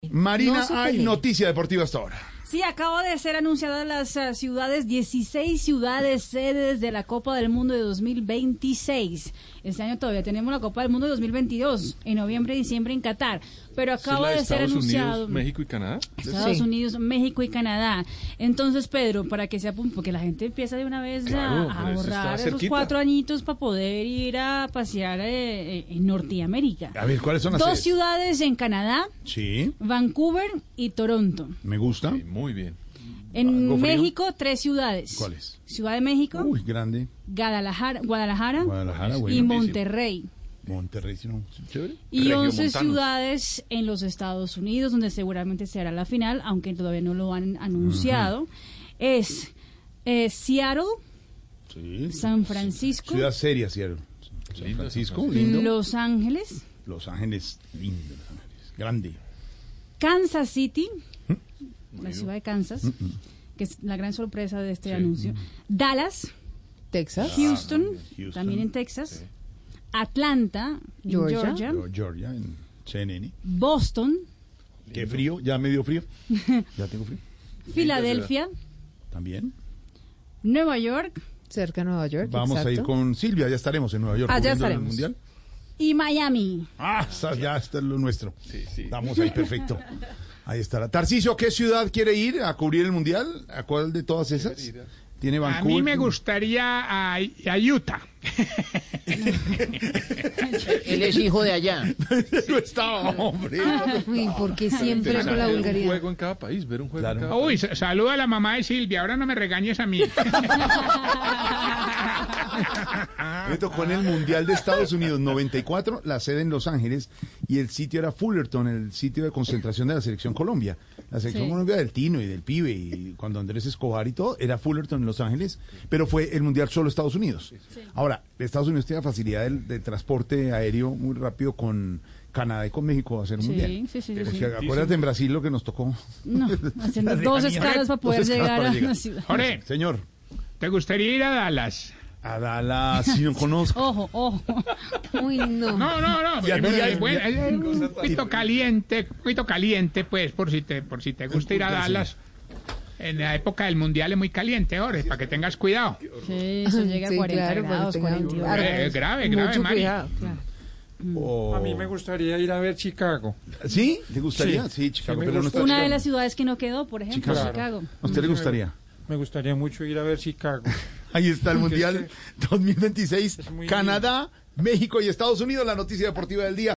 Marina, hay noticia deportiva hasta ahora. Sí, acabo de ser anunciadas las ciudades, 16 ciudades sedes de la Copa del Mundo de 2026. Este año todavía tenemos la Copa del Mundo de 2022, en noviembre y diciembre en Qatar. Pero acaba de ser anunciado. Estados Unidos, México y Canadá. Estados Unidos, México y Canadá. Entonces, Pedro, para que sea, porque la gente empieza de una vez a ahorrar esos 4 añitos para poder ir a pasear en Norteamérica. A ver, ¿cuáles son las 2 ciudades en Canadá, sí, Vancouver y Toronto. Me gusta. Sí, muy bien. En México, 3 ciudades. ¿Cuáles? Ciudad de México. Uy, grande. Guadalajara bueno. Y Monterrey. Monterrey, sí, no, chévere. Y 11 ciudades en los Estados Unidos, donde seguramente se hará la final, aunque todavía no lo han anunciado. Es Seattle, sí, San Francisco. Ciudad seria, Seattle. San Francisco, lindo. Los Ángeles. Los Ángeles, lindo. Los Ángeles, grande. Kansas City, la ciudad de Kansas, que es la gran sorpresa de este anuncio. Dallas, Texas. Houston, también en Texas. Sí. Atlanta, Georgia. Georgia, en CNN. Boston. Qué frío, ya me dio frío. Ya tengo frío. Filadelfia. También. Nueva York. Cerca de Nueva York. Vamos a ir con Silvia, ya estaremos en Nueva York. Ya cubriendo estaremos. el Mundial. Y Miami. Ya está lo nuestro. Sí, sí. Estamos ahí, perfecto. Ahí estará. Tarcisio, ¿a qué ciudad quiere ir a cubrir el Mundial? ¿A cuál de todas esas? Tiene Vancouver. A mí me gustaría a Utah. Él es hijo de allá. No estaba, hombre. Uy, ¿por qué siempre con la Ver un vulgaridad? juego en cada país, ver un juego en cada Uy, país. saluda a la mamá de Silvia, ahora no me regañes a mí. Me tocó en el Mundial de Estados Unidos 94, la sede en Los Ángeles, y el sitio era Fullerton, el sitio de concentración de la Selección Colombia. La Selección Colombia del Tino y del Pibe, y cuando Andrés Escobar y todo, era Fullerton en Los Ángeles, pero fue el Mundial solo Estados Unidos. Ahora, Estados Unidos tiene facilidad de transporte aéreo muy rápido con Canadá y con México a hacer un Mundial. Sí. Acuérdate en Brasil lo que nos tocó. No, haciendo 2 escalas para poder llegar a la ciudad. Jorge, Señor. ¿te gustaría ir a Dallas? A Dallas, si no conozco. Ojo. Uy, no. No. Ya, Un poquito caliente, pues, por si te gusta ir a Dallas. En la época del Mundial es muy caliente, Jorge, para que tengas cuidado. Sí, eso llega a 40 grados, 42. Grave, Mucho Mari. cuidado, claro. A mí me gustaría ir a ver Chicago. ¿Sí? ¿Te gustaría? Sí, Chicago. Sí, me pero no gusta. está Una de Chicago. las ciudades que no quedó, por ejemplo, Chicago. Chicago. ¿A usted le gustaría? Me gustaría mucho ir a ver Chicago. Ahí está el Mundial 2026. es muy Canadá, México y Estados Unidos. La noticia deportiva del día.